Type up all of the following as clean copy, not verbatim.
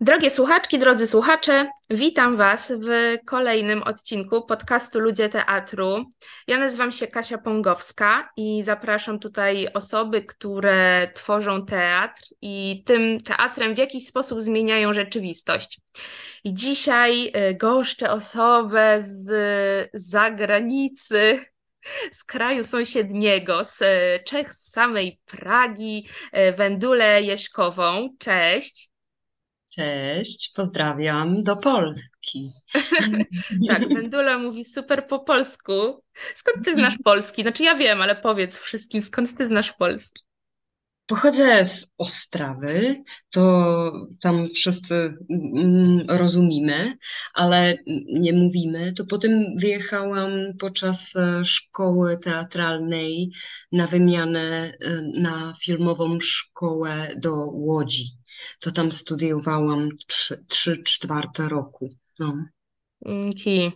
Drogie słuchaczki, drodzy słuchacze, witam Was w kolejnym odcinku podcastu Ludzie Teatru. Ja nazywam się Kasia Pongowska i zapraszam tutaj osoby, które tworzą teatr i tym teatrem w jakiś sposób zmieniają rzeczywistość. I dzisiaj goszczę osobę z zagranicy, z kraju sąsiedniego, z Czech, z samej Pragi, Wendulę Jeśkową. Cześć. Cześć, pozdrawiam do Polski. Tak, Wendula mówi super po polsku. Skąd ty znasz polski? Znaczy ja wiem, ale powiedz wszystkim, skąd ty znasz polski? Pochodzę z Ostrawy, to tam wszyscy rozumimy, ale nie mówimy. To potem wyjechałam podczas szkoły teatralnej na wymianę na filmową szkołę do Łodzi. To tam studiowałam 3 czwarte roku. No. Ki.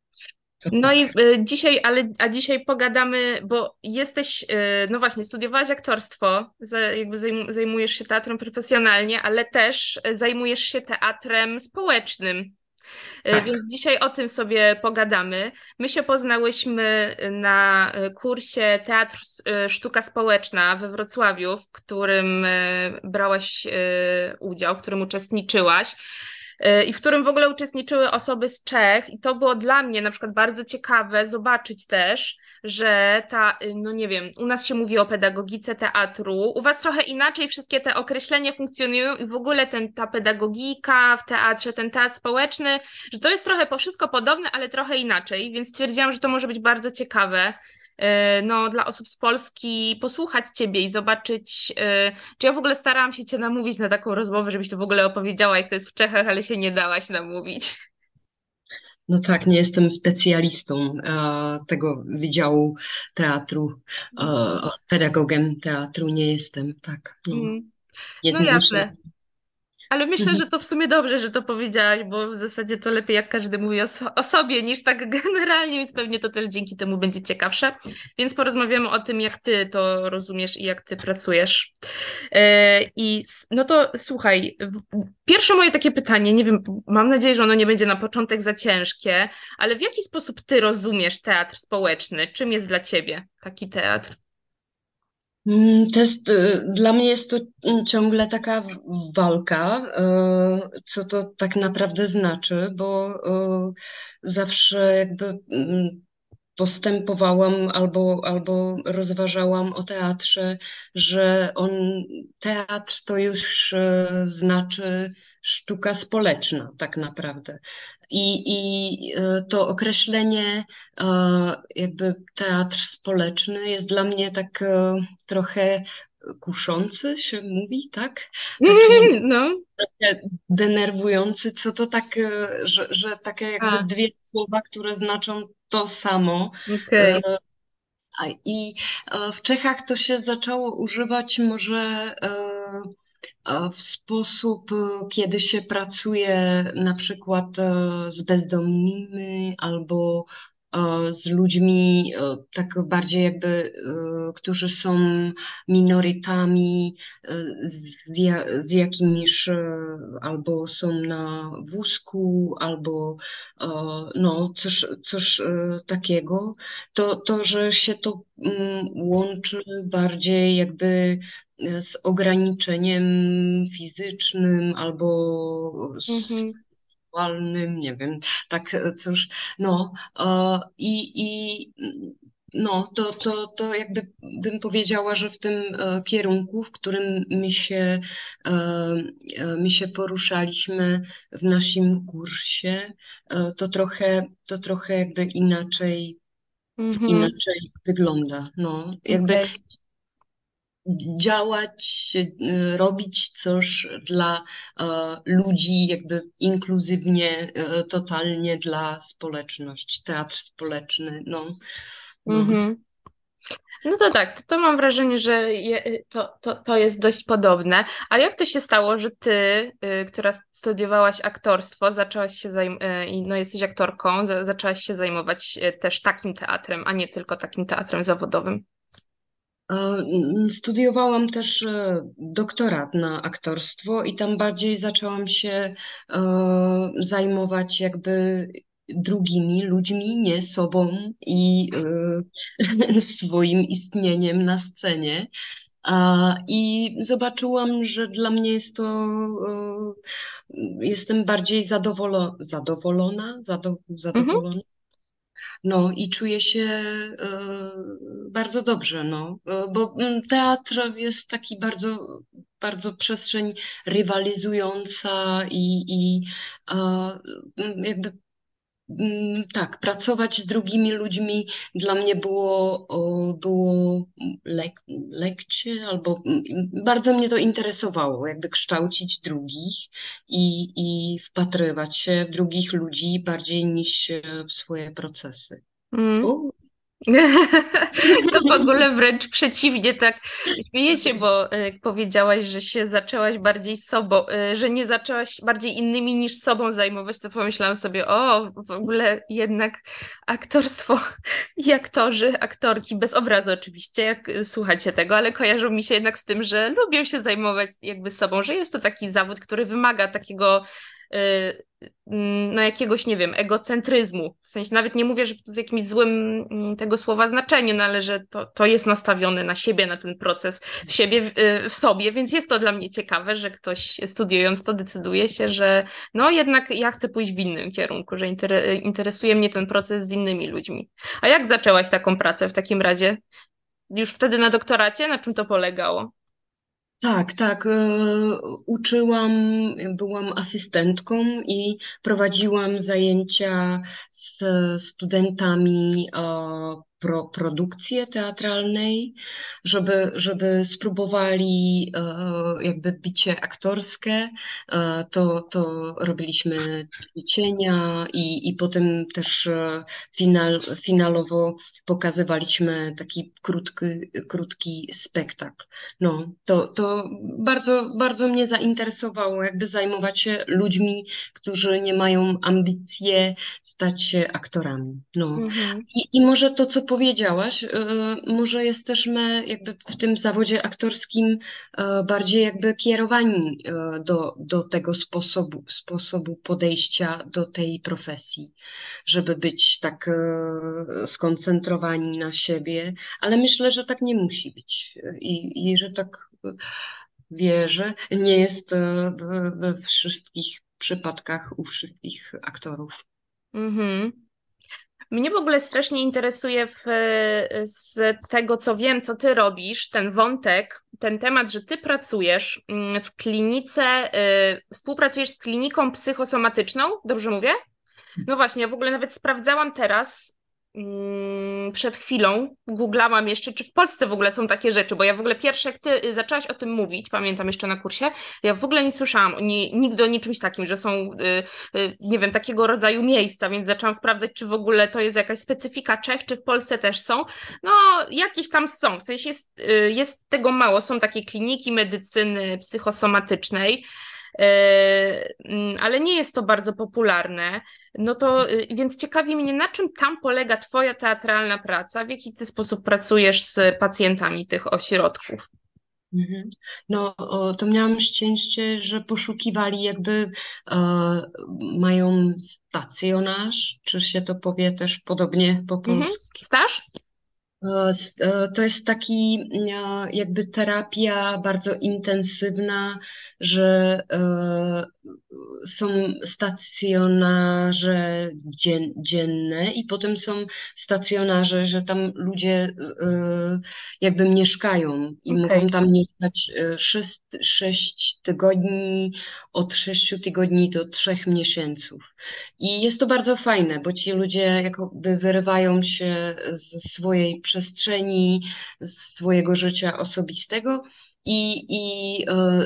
No i dzisiaj, dzisiaj pogadamy, bo jesteś, no właśnie, studiowałaś aktorstwo, jakby zajmujesz się teatrem profesjonalnie, ale też zajmujesz się teatrem społecznym. Więc Tak. dzisiaj o tym sobie pogadamy. My się poznałyśmy na kursie Teatr Sztuka Społeczna we Wrocławiu, w którym brałaś udział, w którym uczestniczyłaś. I w którym w ogóle uczestniczyły osoby z Czech, i to było dla mnie na przykład bardzo ciekawe zobaczyć też, że no nie wiem, u nas się mówi o pedagogice teatru, u was trochę inaczej wszystkie te określenia funkcjonują i w ogóle ta pedagogika w teatrze, ten teatr społeczny, że to jest trochę po wszystko podobne, ale trochę inaczej, więc stwierdziłam, że to może być bardzo ciekawe. No, dla osób z Polski posłuchać Ciebie i zobaczyć, czy ja w ogóle starałam się Cię namówić na taką rozmowę, żebyś to w ogóle opowiedziała, jak to jest w Czechach, ale się nie dałaś namówić. No tak, nie jestem specjalistą tego wydziału teatru, pedagogiem teatru nie jestem, tak, no, Mm. nie No znam się. jasne. Ale myślę, że to w sumie dobrze, że to powiedziałaś, bo w zasadzie to lepiej jak każdy mówi o sobie niż tak generalnie, więc pewnie to też dzięki temu będzie ciekawsze. Więc porozmawiamy o tym, jak ty to rozumiesz i jak ty pracujesz. No to słuchaj, pierwsze moje takie pytanie, nie wiem, mam nadzieję, że ono nie będzie na początek za ciężkie, ale w jaki sposób ty rozumiesz teatr społeczny? Czym jest dla ciebie taki teatr? Dla mnie jest to ciągle taka walka, co to tak naprawdę znaczy, bo zawsze jakby postępowałam albo rozważałam o teatrze, że teatr to już znaczy sztuka społeczna tak naprawdę. To określenie jakby teatr społeczny jest dla mnie tak trochę kuszący się mówi, tak? Taki No, trochę denerwujący, co to tak, że takie jakby a, dwie słowa, które znaczą to samo. okej. E, w Czechach to się zaczęło używać może w sposób, kiedy się pracuje na przykład z bezdomnymi albo z ludźmi tak bardziej jakby, którzy są minorytami, z jakimiś albo są na wózku, albo no coś takiego. Że się to łączy bardziej jakby z ograniczeniem fizycznym albo Mhm. seksualnym, nie wiem, tak cóż, no i no, to jakby bym powiedziała, że w tym kierunku, w którym my się poruszaliśmy w naszym kursie, to trochę jakby Mhm. inaczej wygląda. No, jakby Okej. działać, robić coś dla ludzi, jakby inkluzywnie, totalnie dla społeczności, teatr społeczny, no, no. Mhm. No to tak, to mam wrażenie, że to jest dość podobne. Ale jak to się stało, że ty, która studiowałaś aktorstwo, zaczęłaś się i no jesteś aktorką, zaczęłaś się zajmować też takim teatrem, a nie tylko takim teatrem zawodowym? Studiowałam też doktorat na aktorstwo i tam bardziej zaczęłam się zajmować jakby drugimi ludźmi, nie sobą i swoim istnieniem na scenie. I zobaczyłam, że dla mnie jest to, jestem bardziej Mhm. zadowolona. No i czuję się bardzo dobrze, no, bo teatr jest taki bardzo przestrzeń rywalizująca i jakby tak, pracować z drugimi ludźmi dla mnie było lekcie, albo bardzo mnie to interesowało, jakby kształcić drugich i wpatrywać się w drugich ludzi bardziej niż w swoje procesy. Mm. O. To w ogóle wręcz przeciwnie, tak śmieję się, bo jak powiedziałaś, że się zaczęłaś bardziej sobą, że nie zaczęłaś bardziej innymi niż sobą zajmować, to pomyślałam sobie, o, w ogóle jednak aktorstwo i aktorzy, aktorki, bez obrazu oczywiście, jak słuchacie tego, ale kojarzą mi się jednak z tym, że lubią się zajmować jakby sobą, że jest to taki zawód, który wymaga takiego no jakiegoś, nie wiem, egocentryzmu. W sensie nawet nie mówię, że w jakimś złym tego słowa znaczeniu, no ale że to jest nastawione na siebie, na ten proces w siebie, w sobie, więc jest to dla mnie ciekawe, że ktoś studiując to decyduje się, że no jednak ja chcę pójść w innym kierunku, że interesuje mnie ten proces z innymi ludźmi. A jak zaczęłaś taką pracę w takim razie? Już wtedy na doktoracie? Na czym to polegało? Tak, tak. Uczyłam, byłam asystentką i prowadziłam zajęcia z studentami produkcji teatralnej, żeby spróbowali jakby bicie aktorskie. To robiliśmy ćwiczenia i potem też finalowo pokazywaliśmy taki krótki spektakl. No, to bardzo mnie zainteresowało, jakby zajmować się ludźmi, którzy nie mają ambicji stać się aktorami. No. Mhm. I może to, co powiedziałaś, może jesteśmy jakby w tym zawodzie aktorskim bardziej jakby kierowani do tego sposobu podejścia do tej profesji, żeby być tak skoncentrowani na siebie, ale myślę, że tak nie musi być i że tak wierzę, nie jest we wszystkich przypadkach u wszystkich aktorów. Mhm. Mnie w ogóle strasznie interesuje z tego, co wiem, co ty robisz, ten wątek, ten temat, że ty pracujesz w klinice, współpracujesz z kliniką psychosomatyczną, dobrze mówię? No właśnie, ja w ogóle nawet sprawdzałam teraz, przed chwilą, googlałam jeszcze, czy w Polsce w ogóle są takie rzeczy, bo ja w ogóle pierwsze, jak ty zaczęłaś o tym mówić, pamiętam jeszcze na kursie, ja w ogóle nie słyszałam nigdy o niczymś takim, że są, nie wiem, takiego rodzaju miejsca, więc zaczęłam sprawdzać, czy w ogóle to jest jakaś specyfika Czech, czy w Polsce też są. No, jakieś tam są, w sensie jest tego mało, są takie kliniki medycyny psychosomatycznej, ale nie jest to bardzo popularne. No to więc ciekawi mnie, na czym tam polega Twoja teatralna praca, w jaki Ty sposób pracujesz z pacjentami tych ośrodków? Mhm. No, to miałam szczęście, że poszukiwali jakby, e, mają stacjonarz, czy się to powie też podobnie po Mhm. polsku? Staż? To jest taki jakby terapia bardzo intensywna, że są stacjonarze dzienne i potem są stacjonarze, że tam ludzie jakby mieszkają i mogą Okej. tam mieszkać 6 tygodni, od 6 tygodni do 3 miesięcy. I jest to bardzo fajne, bo ci ludzie jakby wyrywają się ze swojej przestrzeni, z swojego życia osobistego i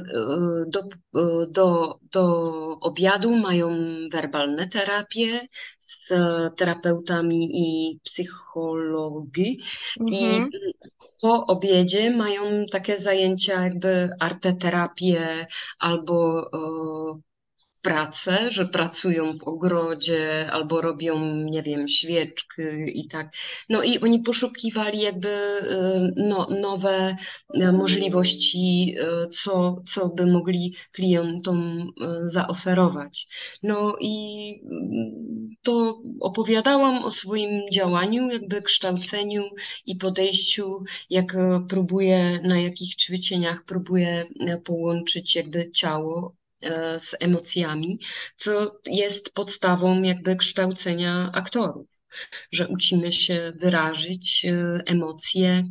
do obiadu mają werbalne terapie z terapeutami i psychologii i Mhm. po obiedzie mają takie zajęcia jakby arteterapię albo pracę, że pracują w ogrodzie albo robią, nie wiem, świeczki i tak. No i oni poszukiwali jakby no, nowe możliwości, co by mogli klientom zaoferować. No i to opowiadałam o swoim działaniu, jakby kształceniu i podejściu, jak próbuję, na jakich ćwiczeniach próbuję połączyć jakby ciało z emocjami, co jest podstawą jakby kształcenia aktorów, że uczymy się wyrazić emocje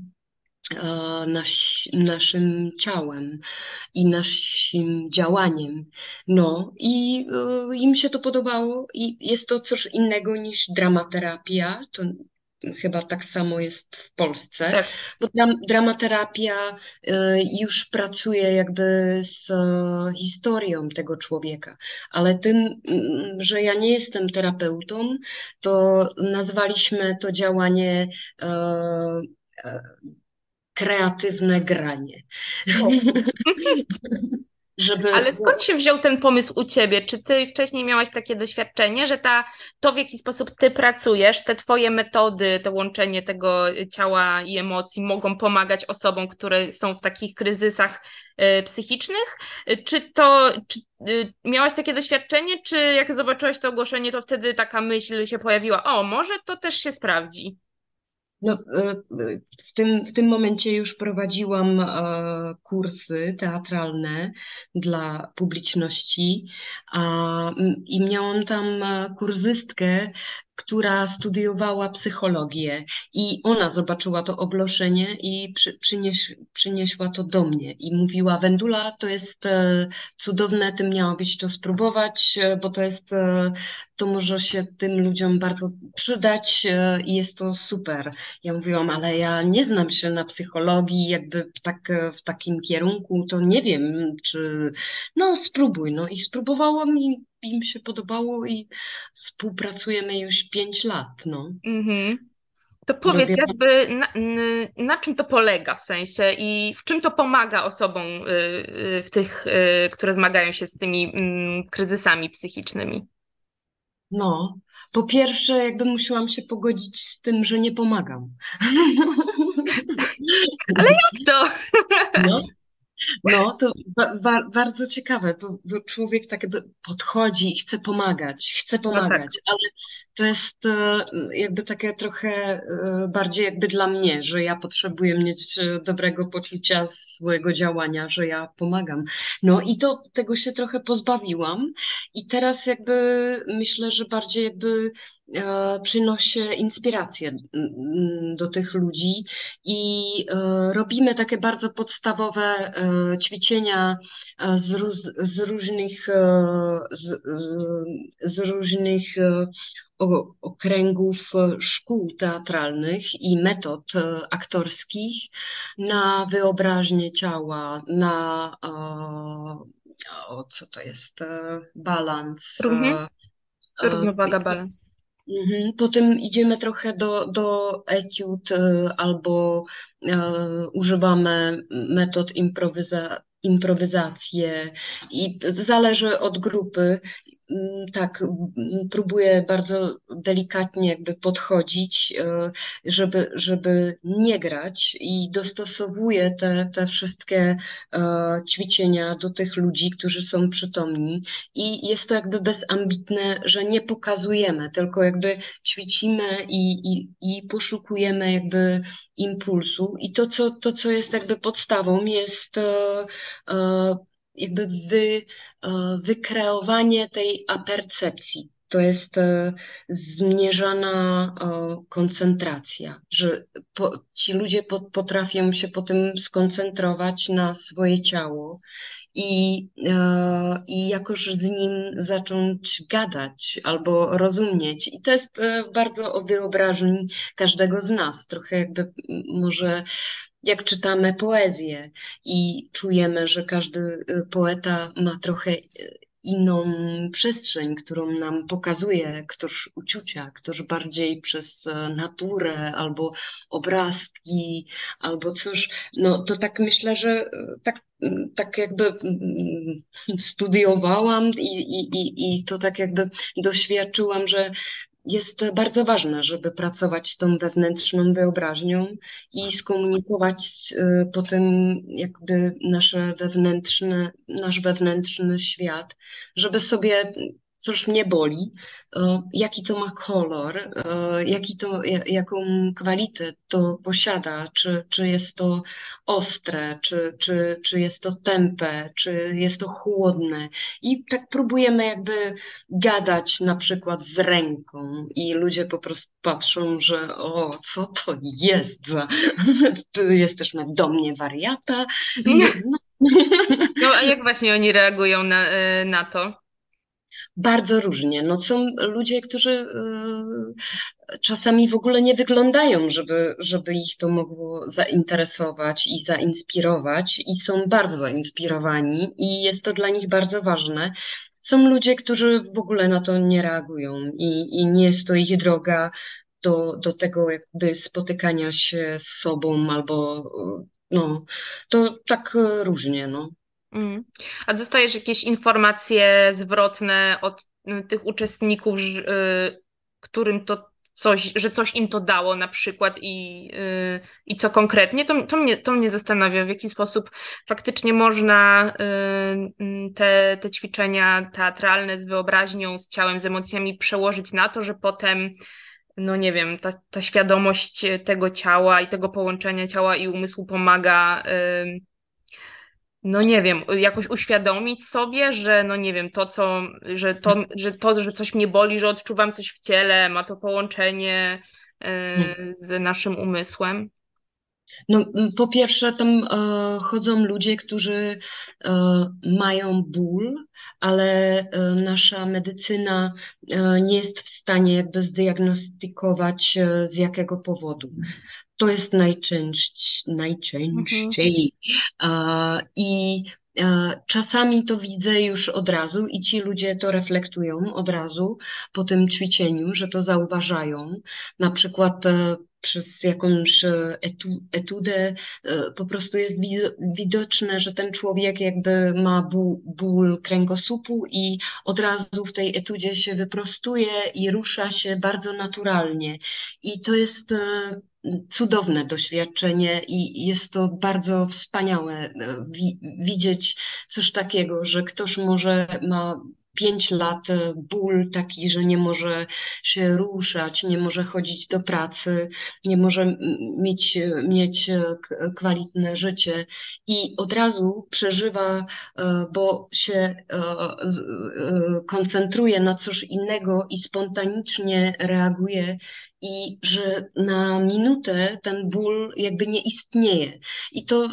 naszym ciałem i naszym działaniem. No i im się to podobało i jest to coś innego niż dramaterapia. To chyba tak samo jest w Polsce, Tak. bo dramaterapia już pracuje jakby z historią tego człowieka, ale tym, że ja nie jestem terapeutą, to nazwaliśmy to działanie e, kreatywne granie. O. Żeby, Ale skąd się wziął ten pomysł u ciebie? Czy ty wcześniej miałaś takie doświadczenie, że to w jaki sposób ty pracujesz, te twoje metody, to łączenie tego ciała i emocji mogą pomagać osobom, które są w takich kryzysach psychicznych? Czy miałaś takie doświadczenie, czy jak zobaczyłaś to ogłoszenie, to wtedy taka myśl się pojawiła, o, może to też się sprawdzi? no, w tym momencie już prowadziłam kursy teatralne dla publiczności i miałam tam kursystkę, która studiowała psychologię i ona zobaczyła to ogłoszenie i przynieśła to do mnie i mówiła: Wendula, to jest cudowne, ty miałabyś to spróbować, bo to może się tym ludziom bardzo przydać i jest to super. Ja mówiłam, ale ja nie znam się na psychologii, jakby tak w takim kierunku, to nie wiem, czy no spróbuj. No i spróbowałam i im się podobało i współpracujemy już 5 lat, no. Mhm. To powiedz, Robię jakby na czym to polega w sensie i w czym to pomaga osobom które zmagają się z tymi kryzysami psychicznymi? no, po pierwsze, jakby musiałam się pogodzić z tym, że nie pomagam. Ale jak to? No, no, to bardzo ciekawe, bo człowiek tak jakby podchodzi i chce No tak. pomagać, ale to jest jakby takie trochę bardziej jakby dla mnie, że ja potrzebuję mieć dobrego poczucia swojego działania, że ja pomagam. No i tego się trochę pozbawiłam i teraz jakby myślę, że bardziej jakby przynosi inspirację do tych ludzi i robimy takie bardzo podstawowe ćwiczenia z różnych, z różnych okręgów szkół teatralnych i metod aktorskich na wyobraźnię ciała, na co to jest, balans. Mhm. e, Równowaga, balans. Potem idziemy trochę do etiud albo używamy metod improwizację i zależy od grupy. Tak, próbuję bardzo delikatnie jakby podchodzić, żeby nie grać i dostosowuję te wszystkie ćwiczenia do tych ludzi, którzy są przytomni i jest to jakby bezambitne, że nie pokazujemy, tylko jakby ćwicimy i poszukujemy jakby impulsu. I to, co jest jakby podstawą, jest jakby wykreowanie tej apercepcji. To jest zmierzana koncentracja, że ci ludzie potrafią się potem skoncentrować na swoje ciało i jakoś z nim zacząć gadać albo rozumieć. I to jest bardzo o wyobraźni każdego z nas. Trochę jakby może jak czytamy poezję i czujemy, że każdy poeta ma trochę inną przestrzeń, którą nam pokazuje ktoś uczucia, ktoś bardziej przez naturę albo obrazki, albo coś. No to tak myślę, że tak jakby studiowałam i to tak jakby doświadczyłam, że jest bardzo ważne, żeby pracować z tą wewnętrzną wyobraźnią i skomunikować potem jakby nasz wewnętrzny świat, żeby sobie, coś mnie boli, jaki to ma kolor, jaką kwalitę to posiada, czy jest to ostre, czy jest to tępe, czy jest to chłodne. I tak próbujemy jakby gadać na przykład z ręką i ludzie po prostu patrzą, że o, co to jest za... Ty jesteś do mnie wariata. No, No a jak właśnie oni reagują na to? bardzo różnie. No, są ludzie, którzy czasami w ogóle nie wyglądają, żeby ich to mogło zainteresować i zainspirować, i są bardzo zainspirowani, i jest to dla nich bardzo ważne. Są ludzie, którzy w ogóle na to nie reagują i nie jest to ich droga do tego jakby spotykania się z sobą albo no, to tak różnie, no. Mm. A dostajesz jakieś informacje zwrotne od tych uczestników, którym to coś, że coś im to dało na przykład i co konkretnie? To mnie zastanawia, w jaki sposób faktycznie można te ćwiczenia teatralne z wyobraźnią, z ciałem, z emocjami przełożyć na to, że potem, no nie wiem, ta świadomość tego ciała i tego połączenia ciała i umysłu pomaga no nie wiem, jakoś uświadomić sobie, że no nie wiem, że coś mnie boli, że odczuwam coś w ciele, ma to połączenie z naszym umysłem. No, po pierwsze, tam chodzą ludzie, którzy mają ból, ale nasza medycyna nie jest w stanie jakby zdiagnostykować z jakiego powodu. To jest Mhm. najczęściej. I czasami to widzę już od razu i ci ludzie to reflektują od razu po tym ćwiczeniu, że to zauważają. Na przykład przez jakąś etudę po prostu jest widoczne, że ten człowiek jakby ma ból kręgosłupu i od razu w tej etudzie się wyprostuje i rusza się bardzo naturalnie. I to jest cudowne doświadczenie i jest to bardzo wspaniałe widzieć coś takiego, że ktoś może ma 5 lat ból taki, że nie może się ruszać, nie może chodzić do pracy, nie może mieć kwalitne życie i od razu przeżywa, bo się koncentruje na coś innego i spontanicznie reaguje i że na minutę ten ból jakby nie istnieje. I to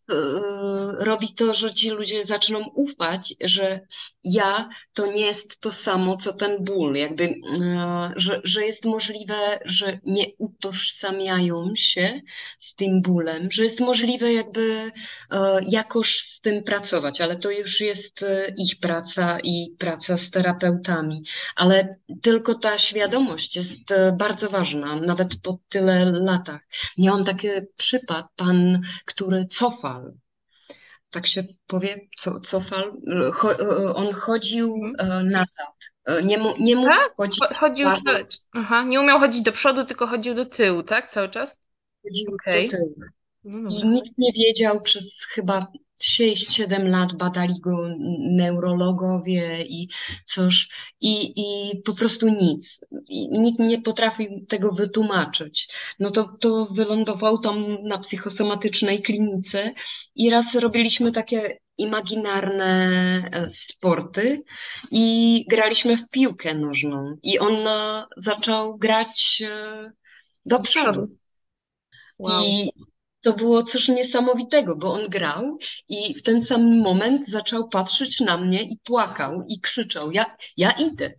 robi to, że ci ludzie zaczną ufać, że ja to nie jest to samo, co ten ból. Jakby, że jest możliwe, że nie utożsamiają się z tym bólem, że jest możliwe jakby jakoś z tym pracować, ale to już jest ich praca i praca z terapeutami. Ale tylko ta świadomość jest bardzo ważna, nawet po tyle latach. Miałam taki przypad, pan, który cofal, tak się powie, cofal, on chodził Mhm. nazad, nie mógł Tak? chodzić Chodził, bardzo, aha, nie umiał chodzić do przodu, tylko chodził do tyłu, tak? Cały czas? chodził do Okej. tyłu. No I dobra. nikt nie wiedział przez chyba 6-7 lat, badali go neurologowie i coś, i po prostu nic. I nikt nie potrafił tego wytłumaczyć. No to wylądował tam na psychosomatycznej klinice i raz robiliśmy takie imaginarne sporty i graliśmy w piłkę nożną i on zaczął grać do Do przodu. przodu. Wow. I to było coś niesamowitego, bo on grał i w ten sam moment zaczął patrzeć na mnie i płakał i krzyczał: ja idę,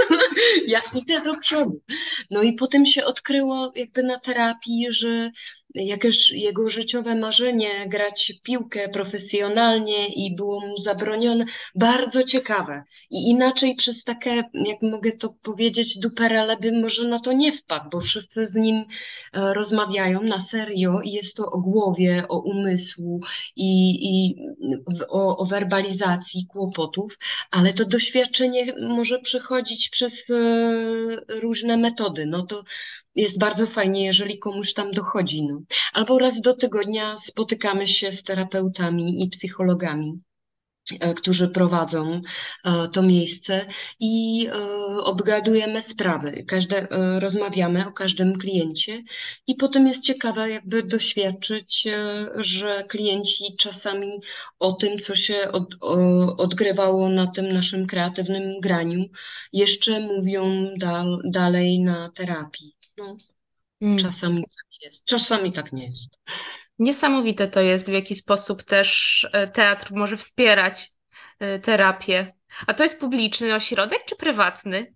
ja idę do przodu. No i potem się odkryło jakby na terapii, że jakieś jego życiowe marzenie grać w piłkę profesjonalnie i było mu zabronione, bardzo ciekawe. I inaczej przez takie, jak mogę to powiedzieć, duperele by może na to nie wpadł, bo wszyscy z nim rozmawiają na serio i jest to o głowie, o umysłu i o werbalizacji kłopotów, ale to doświadczenie może przechodzić przez różne metody. No to jest bardzo fajnie, jeżeli komuś tam dochodzi. No. Albo raz do tygodnia spotykamy się z terapeutami i psychologami, którzy prowadzą to miejsce i obgadujemy sprawy. Rozmawiamy o każdym kliencie i potem jest ciekawe jakby doświadczyć, że klienci czasami o tym, co się odgrywało na tym naszym kreatywnym graniu, jeszcze mówią dalej na terapii. No, Mm. czasami tak jest, czasami tak nie jest. Niesamowite to jest, w jaki sposób też teatr może wspierać terapię. A to jest publiczny ośrodek czy prywatny?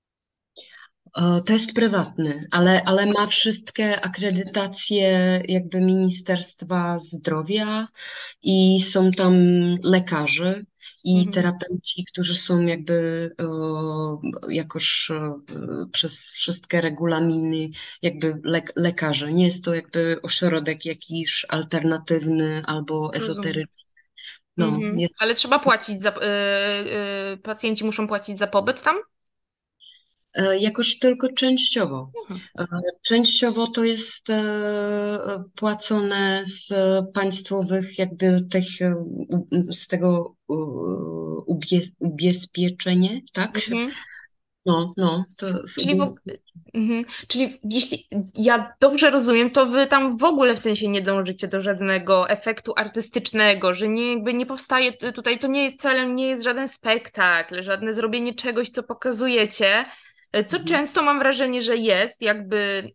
To jest prywatny, ale ma wszystkie akredytacje jakby Ministerstwa Zdrowia i są tam lekarze i Mhm. terapeuci, którzy są jakby jakoś przez wszystkie regulaminy jakby lekarze. Nie jest to jakby ośrodek jakiś alternatywny albo Rozumiem. ezoteryczny. No, Mhm. jest. Ale trzeba płacić za, pacjenci muszą płacić za pobyt tam? Jakoś tylko częściowo. Mhm. Częściowo to jest płacone z państwowych, jakby tych, z tego ubezpieczenie, tak? Mhm. No, to z Czyli, mhm. Czyli jeśli ja dobrze rozumiem, to wy tam w ogóle w sensie nie dążycie do żadnego efektu artystycznego, że nie, jakby nie powstaje tutaj, to nie jest celem, nie jest żaden spektakl, żadne zrobienie czegoś, co pokazujecie, co Mhm. często mam wrażenie, że jest jakby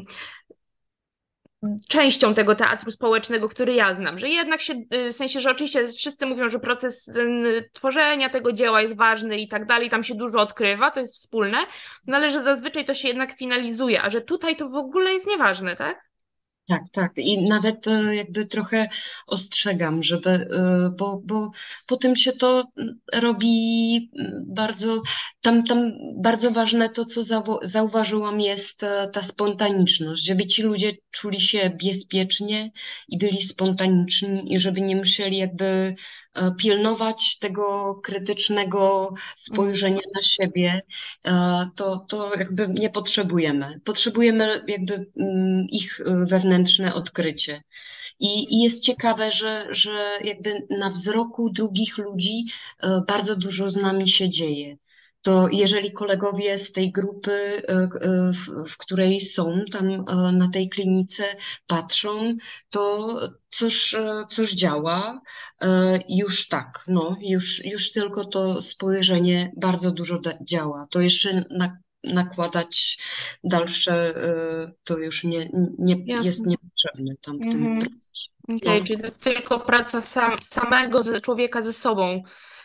częścią tego teatru społecznego, który ja znam, że jednak się, w sensie, że oczywiście wszyscy mówią, że proces tworzenia tego dzieła jest ważny i tak dalej, tam się dużo odkrywa, to jest wspólne, no ale że zazwyczaj to się jednak finalizuje, a że tutaj to w ogóle jest nieważne, tak? Tak, tak. I nawet jakby trochę ostrzegam, żeby, bo po tym się to robi bardzo, tam bardzo ważne to, co zauważyłam, jest ta spontaniczność, żeby ci ludzie czuli się bezpiecznie i byli spontaniczni i żeby nie musieli jakby pilnować tego krytycznego Mhm. spojrzenia na siebie, to jakby nie potrzebujemy. Potrzebujemy jakby ich wewnętrzne odkrycie. I jest ciekawe, że jakby na wzroku drugich ludzi bardzo dużo z nami się dzieje. To jeżeli kolegowie z tej grupy, w której są tam na tej klinice, patrzą, to coś działa. Już tak, no, już tylko to spojrzenie bardzo dużo działa. To jeszcze nakładać dalsze, to już nie jest Jasne. niepotrzebne tam w tym Mhm. procesie. Okej, No. czyli to jest tylko praca samego człowieka ze sobą.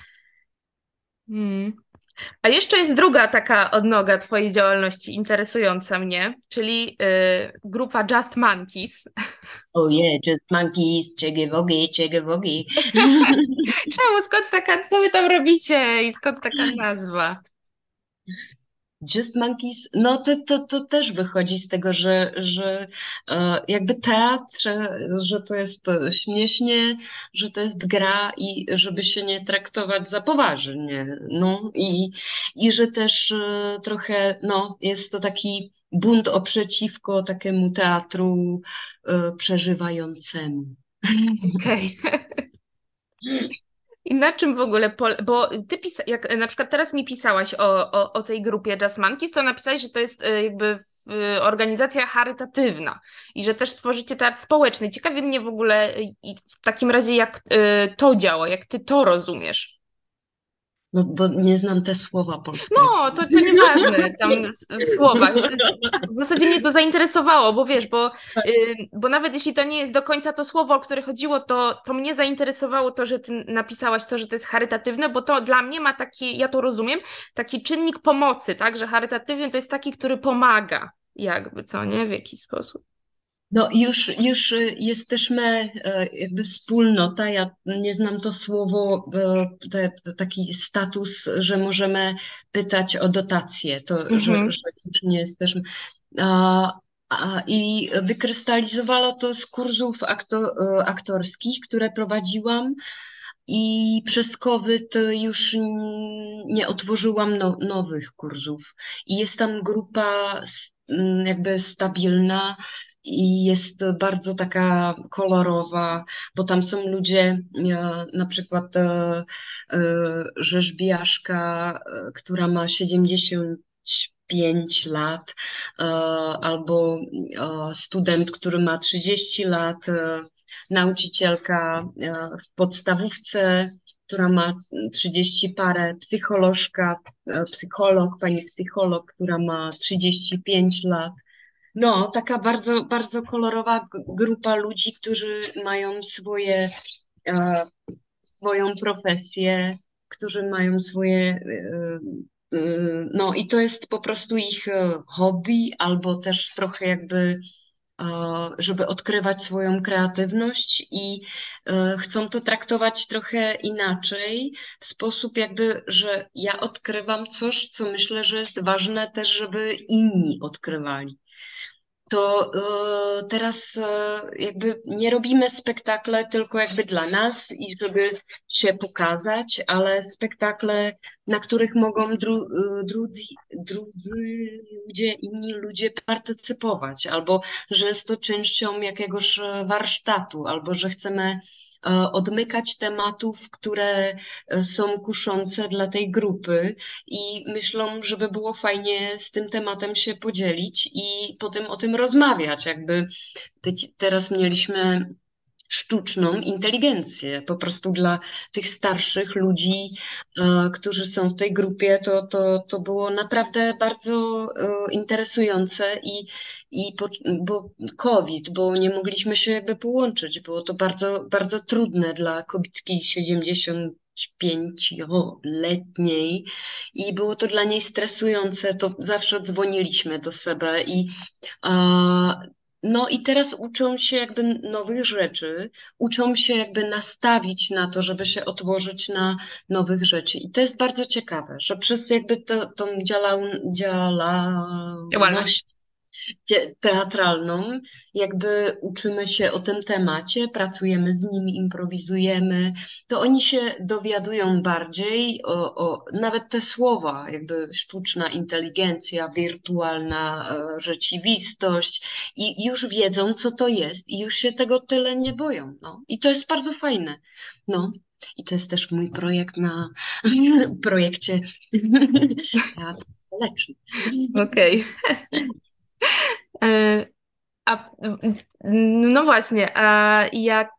Hmm. A jeszcze jest druga taka odnoga Twojej działalności interesująca mnie, czyli grupa Just Monkeys. Oh yeah, just monkeys, cheggy wogi. Czemu, skąd taka, co wy tam robicie i skąd taka nazwa? Just Monkeys, no to też wychodzi z tego, że jakby teatr, że to jest śmiesznie, że to jest gra i żeby się nie traktować za poważnie. No i że też trochę no, jest to taki bunt oprzeciwko takiemu teatru przeżywającemu. Okej. I na czym w ogóle, bo ty jak na przykład teraz mi pisałaś o tej grupie Just Monkeys, to napisałeś, że to jest jakby organizacja charytatywna i że też tworzycie teatr społeczny. Ciekawi mnie w ogóle i w takim razie jak to działa, jak ty to rozumiesz. No bo nie znam te słowa polskie. No, to nieważne, tam w słowach. W zasadzie mnie to zainteresowało, bo wiesz, bo nawet jeśli to nie jest do końca to słowo, o które chodziło, to mnie zainteresowało to, że ty napisałaś to, że to jest charytatywne, bo to dla mnie ma taki, ja to rozumiem, taki czynnik pomocy, tak, że charytatywny to jest taki, który pomaga, jakby, co nie, w jakiś sposób. No już jesteśmy jakby wspólnota, ja nie znam to słowo, taki status, że możemy pytać o dotacje, to, że Mhm. już nie jesteśmy. A, I wykrystalizowało to z kursów aktorskich, które prowadziłam i przez COVID już nie otworzyłam nowych kursów. I jest tam grupa jakby stabilna i jest bardzo taka kolorowa, bo tam są ludzie, na przykład rzeźbiaszka, która ma 75 lat, albo student, który ma 30 lat, nauczycielka w podstawówce, która ma 30 parę, pani psycholog, która ma 35 lat. No, taka bardzo, bardzo kolorowa grupa ludzi, którzy mają e, swoją profesję, którzy mają no i to jest po prostu ich hobby, albo też trochę jakby e, żeby odkrywać swoją kreatywność i chcą to traktować trochę inaczej, w sposób jakby, że ja odkrywam coś, co myślę, że jest ważne też, żeby inni odkrywali. To teraz jakby nie robimy spektakle tylko jakby dla nas i żeby się pokazać, ale spektakle, na których mogą drudzy ludzie, inni ludzie partycypować, albo że jest to częścią jakiegoś warsztatu, albo że chcemy odmykać tematów, które są kuszące dla tej grupy i myślą, żeby było fajnie z tym tematem się podzielić i potem o tym rozmawiać. Jakby teraz mieliśmy sztuczną inteligencję. Po prostu dla tych starszych ludzi, którzy są w tej grupie, to było naprawdę bardzo interesujące bo COVID, bo nie mogliśmy się jakby połączyć. Było to bardzo, bardzo trudne dla kobietki 75-letniej i było to dla niej stresujące, to zawsze dzwoniliśmy do siebie no i teraz uczą się jakby nowych rzeczy, uczą się jakby nastawić na to, żeby się otworzyć na nowych rzeczy. I to jest bardzo ciekawe, że przez jakby tą Działalność. działalność teatralną, jakby uczymy się o tym temacie, pracujemy z nimi, improwizujemy, to oni się dowiadują bardziej nawet te słowa, jakby sztuczna inteligencja, wirtualna rzeczywistość i już wiedzą, co to jest i już się tego tyle nie boją. No. I to jest bardzo fajne. No. I to jest też mój projekt na projekcie teatru społecznym. Okej. E, A no właśnie, a jak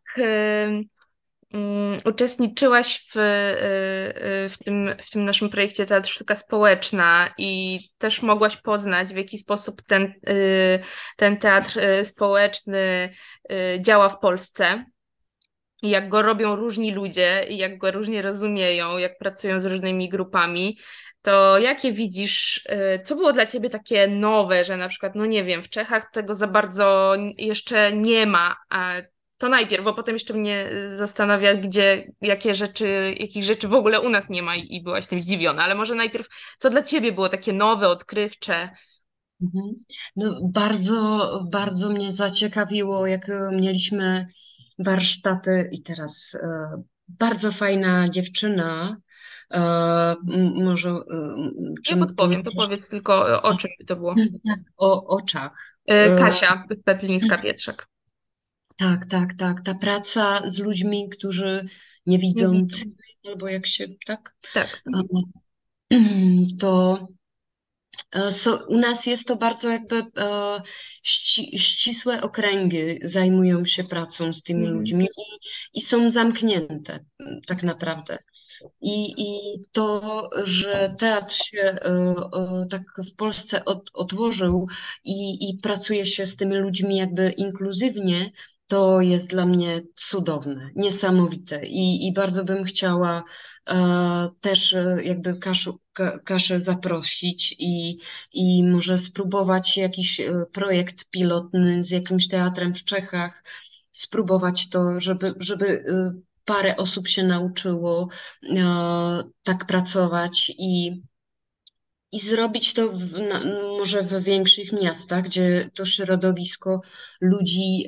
uczestniczyłaś w tym naszym projekcie Teatr Sztuka Społeczna i też mogłaś poznać, w jaki sposób ten teatr społeczny działa w Polsce, i jak go robią różni ludzie, i jak go różnie rozumieją, jak pracują z różnymi grupami, to jakie widzisz, co było dla ciebie takie nowe, że na przykład, no nie wiem, w Czechach tego za bardzo jeszcze nie ma, a to najpierw, bo potem jeszcze mnie zastanawia, jakich rzeczy w ogóle u nas nie ma i byłaś tym zdziwiona, ale może najpierw, co dla ciebie było takie nowe, odkrywcze? Mhm. No, bardzo, bardzo mnie zaciekawiło, jak mieliśmy warsztaty i teraz bardzo fajna dziewczyna, może Nie czy podpowiem, to pomożesz powiedz tylko o czym to było. tak, o oczach. Kasia Peplińska-Pietrzak. Tak, tak, tak. Ta praca z ludźmi, którzy nie Nie widzą, widzę. albo jak się tak, Tak. to u nas jest to bardzo jakby ścisłe okręgi zajmują się pracą z tymi Mhm. ludźmi i są zamknięte tak naprawdę. I to, że teatr się tak w Polsce otworzył i pracuje się z tymi ludźmi jakby inkluzywnie, to jest dla mnie cudowne, niesamowite i bardzo bym chciała też jakby Kaszę zaprosić i może spróbować jakiś projekt pilotny z jakimś teatrem w Czechach, spróbować to, żeby parę osób się nauczyło tak pracować i zrobić to może w większych miastach, gdzie to środowisko ludzi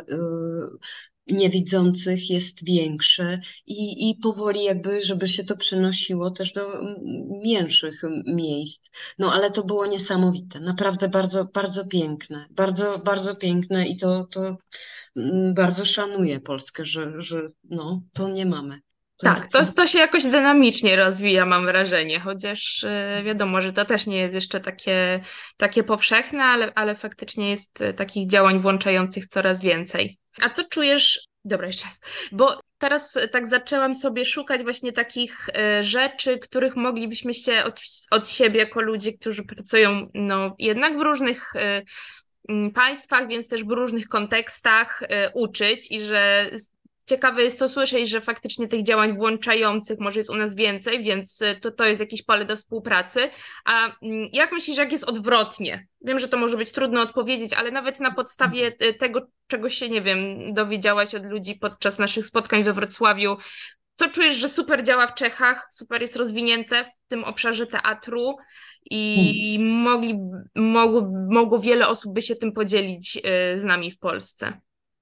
niewidzących jest większe i powoli jakby, żeby się to przenosiło też do mniejszych miejsc. No ale to było niesamowite, naprawdę bardzo, bardzo piękne, bardzo, bardzo piękne i to bardzo szanuję Polskę, że no, to nie mamy. To Tak, jest to się jakoś dynamicznie rozwija, mam wrażenie, chociaż wiadomo, że to też nie jest jeszcze takie powszechne, ale faktycznie jest takich działań włączających coraz więcej. A co czujesz? Dobra, jeszcze raz, bo teraz tak zaczęłam sobie szukać właśnie takich rzeczy, których moglibyśmy się od siebie jako ludzie, którzy pracują no, jednak w różnych państwach, więc też w różnych kontekstach uczyć i że ciekawe jest to słyszeć, że faktycznie tych działań włączających może jest u nas więcej, więc to jest jakieś pole do współpracy. A jak myślisz, jak jest odwrotnie? Wiem, że to może być trudno odpowiedzieć, ale nawet na podstawie tego, czego się, nie wiem, dowiedziałaś od ludzi podczas naszych spotkań we Wrocławiu, co czujesz, że super działa w Czechach, super jest rozwinięte w tym obszarze teatru i mogło wiele osób by się tym podzielić z nami w Polsce?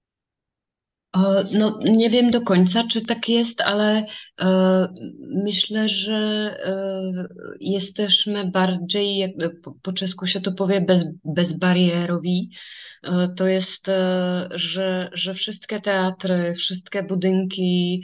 No, nie wiem do końca, czy tak jest, ale myślę, że jesteśmy bardziej, jak po czesku się to powie, bezbarierowi. To jest, że wszystkie teatry, wszystkie budynki,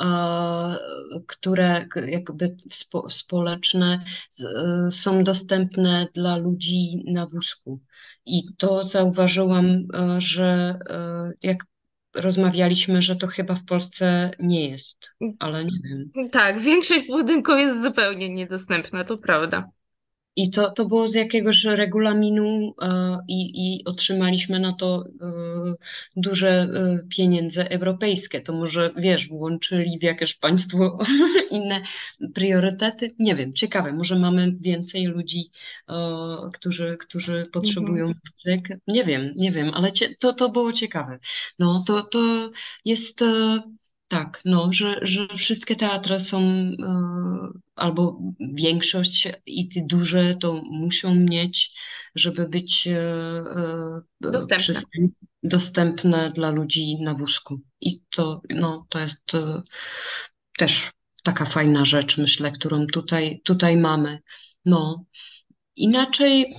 które jakby społeczne są dostępne dla ludzi na wózku. I to zauważyłam, że jak rozmawialiśmy, że to chyba w Polsce nie jest, ale nie wiem. Tak, większość budynków jest zupełnie niedostępna, to prawda. I to było z jakiegoś regulaminu i otrzymaliśmy na to duże pieniądze europejskie. To może, wiesz, włączyli w jakieś państwo inne priorytety? Nie wiem, ciekawe. Może mamy więcej ludzi, którzy Mhm. potrzebują muzyk? Nie wiem, ale to było ciekawe. No, to jest... Tak, no, że wszystkie teatry są, albo większość i te duże to muszą mieć, żeby być Dostępna. dostępne dla ludzi na wózku. I to, no, to jest też taka fajna rzecz, myślę, którą tutaj mamy. No, inaczej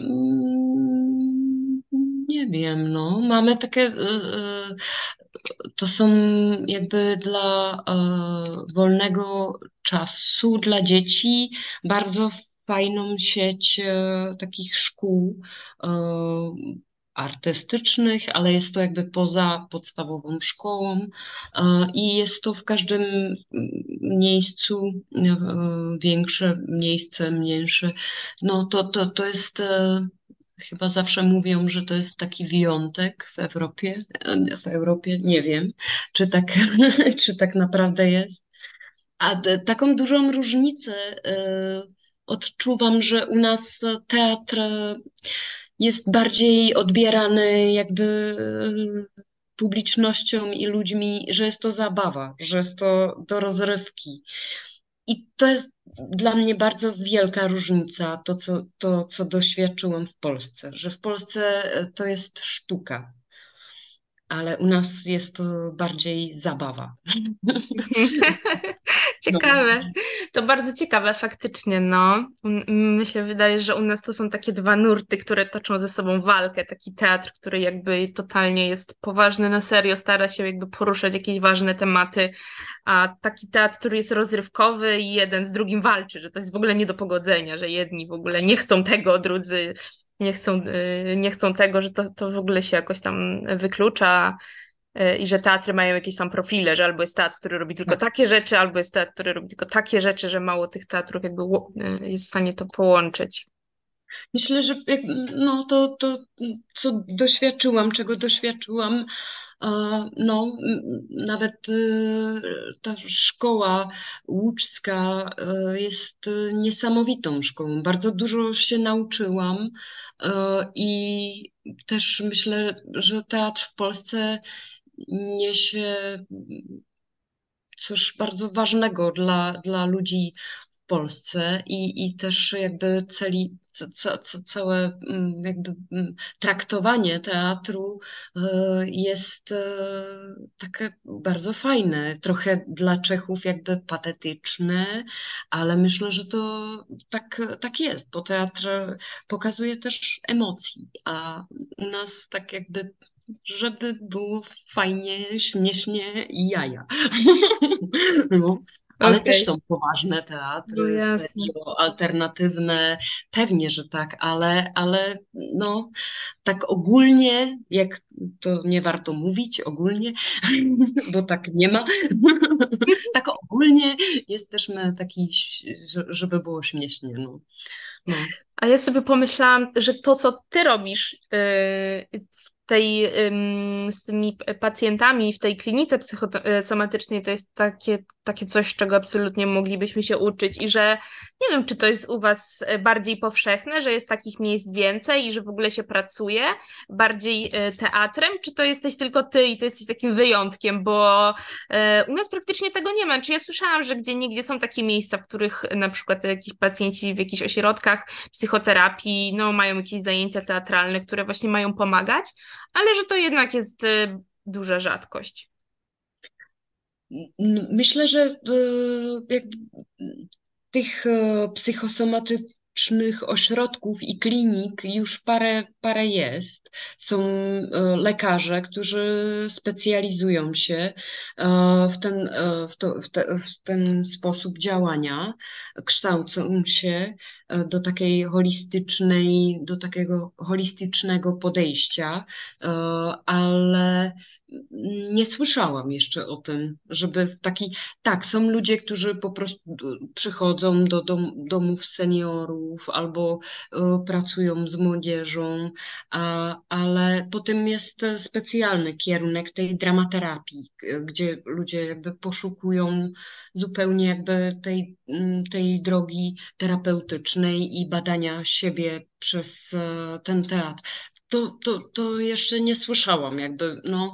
nie wiem, no, mamy takie to są jakby dla wolnego czasu dla dzieci bardzo fajną sieć takich szkół e, artystycznych, ale jest to jakby poza podstawową szkołą i jest to w każdym miejscu większe miejsce, mniejsze. No to jest chyba zawsze mówią, że to jest taki wyjątek w Europie. W Europie nie wiem, czy tak, czy tak naprawdę jest. A taką dużą różnicę odczuwam, że u nas teatr jest bardziej odbierany jakby publicznością i ludźmi, że jest to zabawa, że jest to do rozrywki. I to jest dla mnie bardzo wielka różnica, to co doświadczyłam w Polsce, że w Polsce to jest sztuka, ale u nas jest to bardziej zabawa. No. Ciekawe. To bardzo ciekawe faktycznie, no. Mi się wydaje, że u nas to są takie dwa nurty, które toczą ze sobą walkę. Taki teatr, który jakby totalnie jest poważny na serio, stara się jakby poruszać jakieś ważne tematy, a taki teatr, który jest rozrywkowy i jeden z drugim walczy, że to jest w ogóle nie do pogodzenia, że jedni w ogóle nie chcą tego, drudzy nie chcą tego, że to w ogóle się jakoś tam wyklucza. I że teatry mają jakieś tam profile, że albo jest teatr, który robi tylko Tak. takie rzeczy, albo jest teatr, który robi tylko takie rzeczy, że mało tych teatrów jakby jest w stanie to połączyć. Myślę, że no, to, co doświadczyłam, czego doświadczyłam, no, nawet ta szkoła łódzka jest niesamowitą szkołą. Bardzo dużo się nauczyłam i też myślę, że teatr w Polsce niesie coś bardzo ważnego dla ludzi w Polsce i też jakby całe jakby traktowanie teatru jest takie bardzo fajne, trochę dla Czechów jakby patetyczne, ale myślę, że to tak jest, bo teatr pokazuje też emocji, a u nas tak jakby żeby było fajnie, śmiesznie i jaja. No. Ale też Okej, są poważne no teatry, jasne. serio, alternatywne, pewnie, że tak, ale no, tak ogólnie, jak to nie warto mówić ogólnie, bo tak nie ma, tak ogólnie jesteśmy taki, żeby było śmiesznie, no. No. A ja sobie pomyślałam, że to, co ty robisz z tymi pacjentami w tej klinice psychosomatycznej, to jest takie coś, czego absolutnie moglibyśmy się uczyć i że nie wiem, czy to jest u was bardziej powszechne, że jest takich miejsc więcej i że w ogóle się pracuje bardziej teatrem, czy to jesteś tylko ty i ty jesteś takim wyjątkiem, bo u nas praktycznie tego nie ma. Czy ja słyszałam, że gdzie niegdzie są takie miejsca, w których na przykład jakiś pacjenci w jakichś ośrodkach psychoterapii, no mają jakieś zajęcia teatralne, które właśnie mają pomagać, ale że to jednak jest duża rzadkość. Myślę, że jakby tych psychosomatycznych ośrodków i klinik już parę jest. Są lekarze, którzy specjalizują się w ten sposób działania, kształcą się do takiego holistycznego podejścia, ale nie słyszałam jeszcze o tym, żeby w taki. Tak, są ludzie, którzy po prostu przychodzą do domów seniorów albo pracują z młodzieżą, ale potem jest specjalny kierunek tej dramaterapii, gdzie ludzie jakby poszukują zupełnie jakby tej drogi terapeutycznej i badania siebie przez ten teatr. To jeszcze nie słyszałam, jakby, no,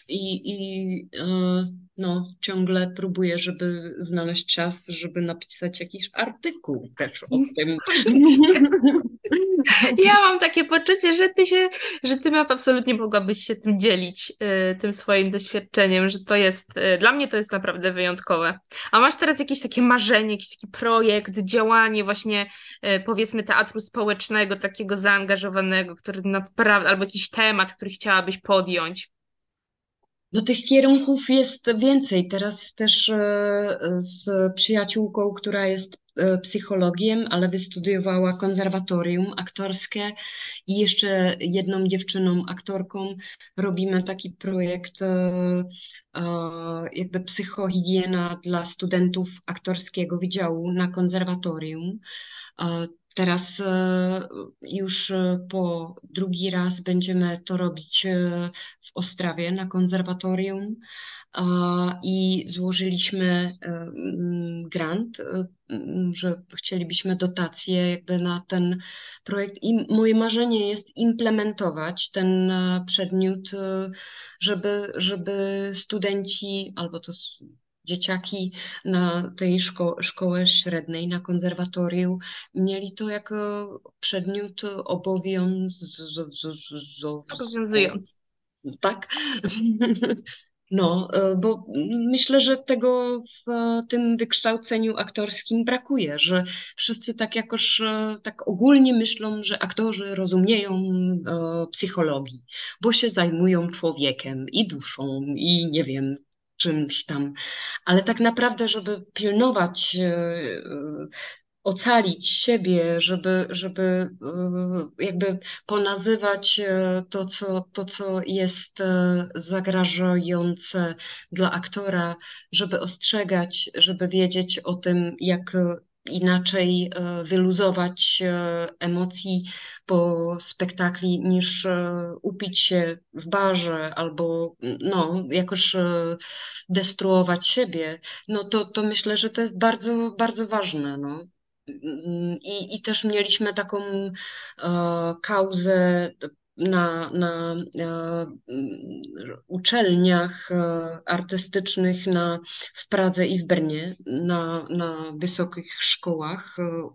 no, ciągle próbuję, żeby znaleźć czas, żeby napisać jakiś artykuł też o tym. Koniecznie. Ja mam takie poczucie, że ty absolutnie mogłabyś się tym dzielić, tym swoim doświadczeniem, że to jest, dla mnie to jest naprawdę wyjątkowe. A masz teraz jakieś takie marzenie, jakiś taki projekt, działanie właśnie, powiedzmy, teatru społecznego, takiego zaangażowanego, który naprawdę, albo jakiś temat, który chciałabyś podjąć? No tych kierunków jest więcej. Teraz też z przyjaciółką, która jest psychologiem, ale wystudiowała konserwatorium aktorskie i jeszcze jedną dziewczyną aktorką robimy taki projekt e, jakby psychohigiena dla studentów aktorskiego wydziału na konserwatorium. Teraz już po drugi raz będziemy to robić w Ostrawie na konserwatorium i złożyliśmy grant, że chcielibyśmy dotację jakby na ten projekt i moje marzenie jest implementować ten przedmiot, żeby studenci albo to dzieciaki na tej szkołę średniej, na konserwatorium mieli to jako przedmiot obowiązkowy, Obowiązujący. tak? No, bo myślę, że tego w tym wykształceniu aktorskim brakuje, że wszyscy tak jakoś tak ogólnie myślą, że aktorzy rozumieją psychologii, bo się zajmują człowiekiem i duszą i nie wiem, czymś tam. Ale tak naprawdę, żeby pilnować ocalić siebie, żeby jakby ponazywać to, co jest zagrażające dla aktora, żeby ostrzegać, żeby wiedzieć o tym, jak inaczej wyluzować emocji po spektakli niż upić się w barze albo no, jakoś destruować siebie, no to myślę, że to jest bardzo, bardzo ważne, no. I też mieliśmy taką kauzę na uczelniach artystycznych w Pradze i w Brnie, na wysokich szkołach,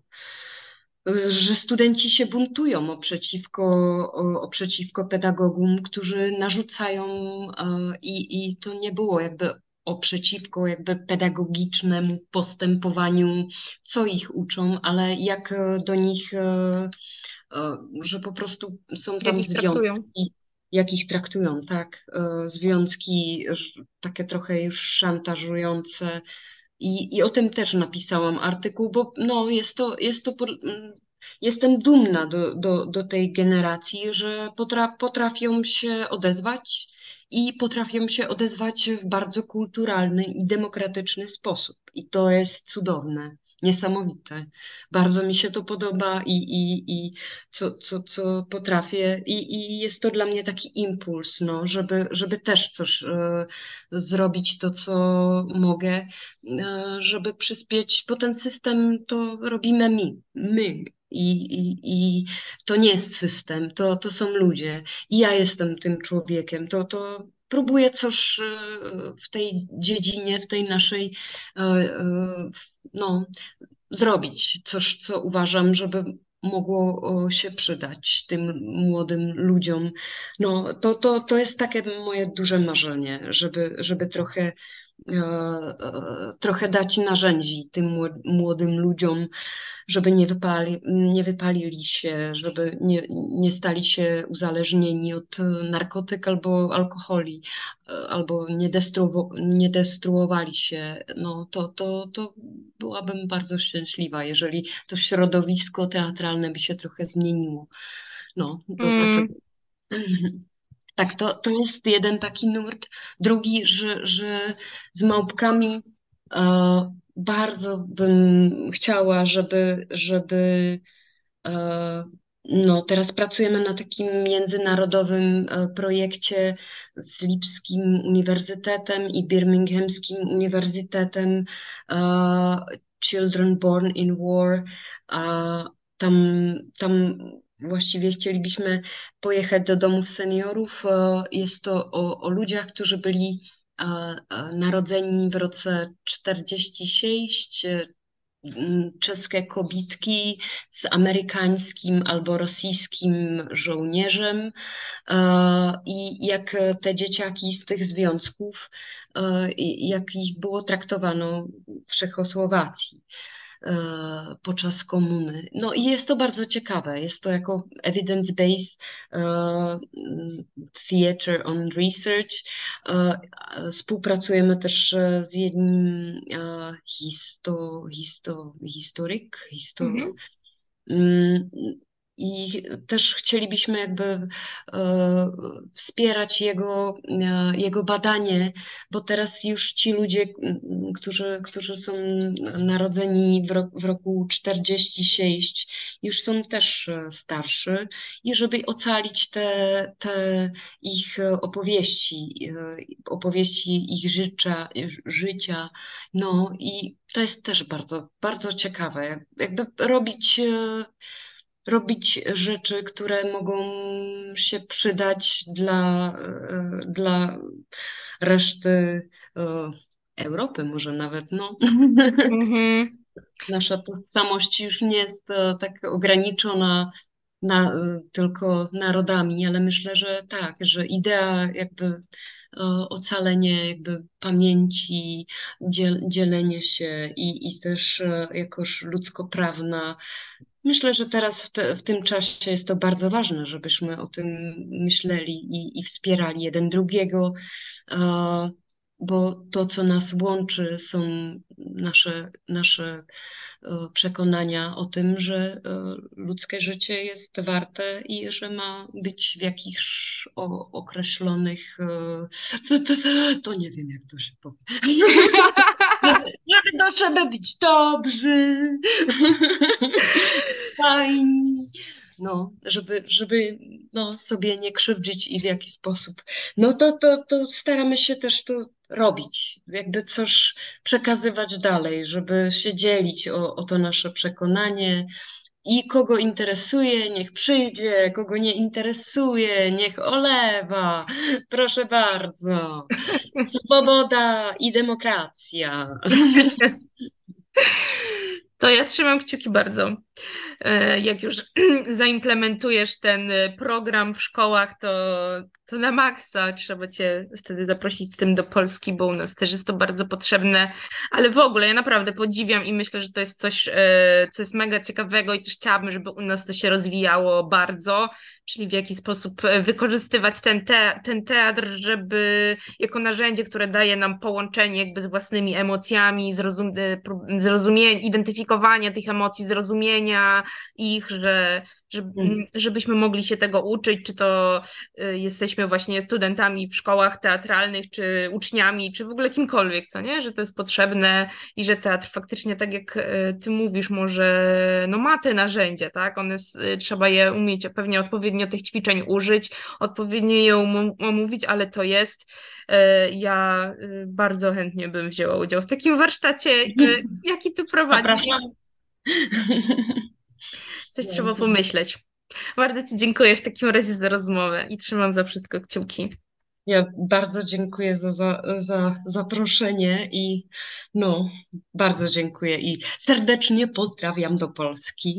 że studenci się buntują przeciwko pedagogom, którzy narzucają i to nie było jakby przeciwko jakby pedagogicznemu postępowaniu, co ich uczą, ale jak do nich że po prostu są Jak tam ich traktują? związki, jak ich traktują, tak? Związki takie trochę już szantażujące. I o tym też napisałam artykuł, bo no, jestem dumna do tej generacji, że potrafią się odezwać i potrafią się odezwać w bardzo kulturalny i demokratyczny sposób. I to jest cudowne. Niesamowite. Bardzo mi się to podoba i co potrafię. I jest to dla mnie taki impuls, no, żeby też coś zrobić to, co mogę, żeby przyspieć, bo ten system to robimy my. I to nie jest system, to są ludzie. I ja jestem tym człowiekiem. To próbuję coś w tej dziedzinie, w tej naszej no, zrobić coś, co uważam, żeby mogło się przydać tym młodym ludziom. No, to jest takie moje duże marzenie, żeby trochę dać narzędzi tym młodym ludziom, żeby nie wypalili się, żeby nie stali się uzależnieni od narkotyk albo alkoholi, albo nie destruowali się. No, to byłabym bardzo szczęśliwa, jeżeli to środowisko teatralne by się trochę zmieniło. No, do takiego. Mm, Tak, to jest jeden taki nurt. Drugi, że z małpkami bardzo bym chciała, żeby no, teraz pracujemy na takim międzynarodowym projekcie z Lipskim Uniwersytetem i Birminghamskim Uniwersytetem e, Children Born in War. A tam właściwie chcielibyśmy pojechać do domów seniorów. Jest to o ludziach, którzy byli narodzeni w roce 46, czeskie kobitki z amerykańskim albo rosyjskim żołnierzem i jak te dzieciaki z tych związków, jak ich było traktowano w Czechosłowacji podczas komuny. No i jest to bardzo ciekawe. Jest to jako evidence-based theater on research. Współpracujemy też z jednym mhm. Mm, I też chcielibyśmy jakby wspierać jego badanie, bo teraz już ci ludzie, którzy są narodzeni w roku 46, już są też starszy i żeby ocalić te ich opowieści ich życia, no i to jest też bardzo, bardzo ciekawe, jakby robić rzeczy, które mogą się przydać dla reszty e, Europy, może nawet, no. Mhm. Nasza tożsamość już nie jest tak ograniczona tylko narodami, ale myślę, że tak, że idea jakby ocalenie jakby pamięci, dzielenie się i też jakoś ludzkoprawna. Myślę, że teraz w tym czasie jest to bardzo ważne, żebyśmy o tym myśleli i wspierali jeden drugiego. bo to, co nas łączy, są nasze przekonania o tym, że ludzkie życie jest warte i że ma być w jakichś określonych, to nie wiem, jak to się powie. Żeby to trzeba być dobrzy, fajni, no, żeby no, sobie nie krzywdzić i w jakiś sposób. No to staramy się też to robić, jakby coś przekazywać dalej, żeby się dzielić o to nasze przekonanie. I kogo interesuje, niech przyjdzie, kogo nie interesuje, niech olewa. Proszę bardzo. Swoboda i demokracja. To ja trzymam kciuki bardzo. Jak już zaimplementujesz ten program w szkołach, to na maksa trzeba cię wtedy zaprosić z tym do Polski, bo u nas też jest to bardzo potrzebne. Ale w ogóle ja naprawdę podziwiam i myślę, że to jest coś, co jest mega ciekawego i też chciałabym, żeby u nas to się rozwijało bardzo, czyli w jaki sposób wykorzystywać ten teatr, żeby jako narzędzie, które daje nam połączenie jakby z własnymi emocjami, zrozumienie, identyfikowania tych emocji, zrozumienia ich, żebyśmy mogli się tego uczyć, czy to jesteśmy właśnie studentami w szkołach teatralnych, czy uczniami, czy w ogóle kimkolwiek, co nie? Że to jest potrzebne i że teatr faktycznie, tak jak ty mówisz, może no ma te narzędzia, tak? Trzeba je umieć pewnie odpowiednio tych ćwiczeń użyć, odpowiednio je omówić, ale to jest. Ja bardzo chętnie bym wzięła udział w takim warsztacie, jaki ty prowadzisz. Zapraszam. Coś trzeba pomyśleć. Bardzo ci dziękuję w takim razie za rozmowę i trzymam za wszystko kciuki. Ja bardzo dziękuję za zaproszenie i no, bardzo dziękuję i serdecznie pozdrawiam do Polski.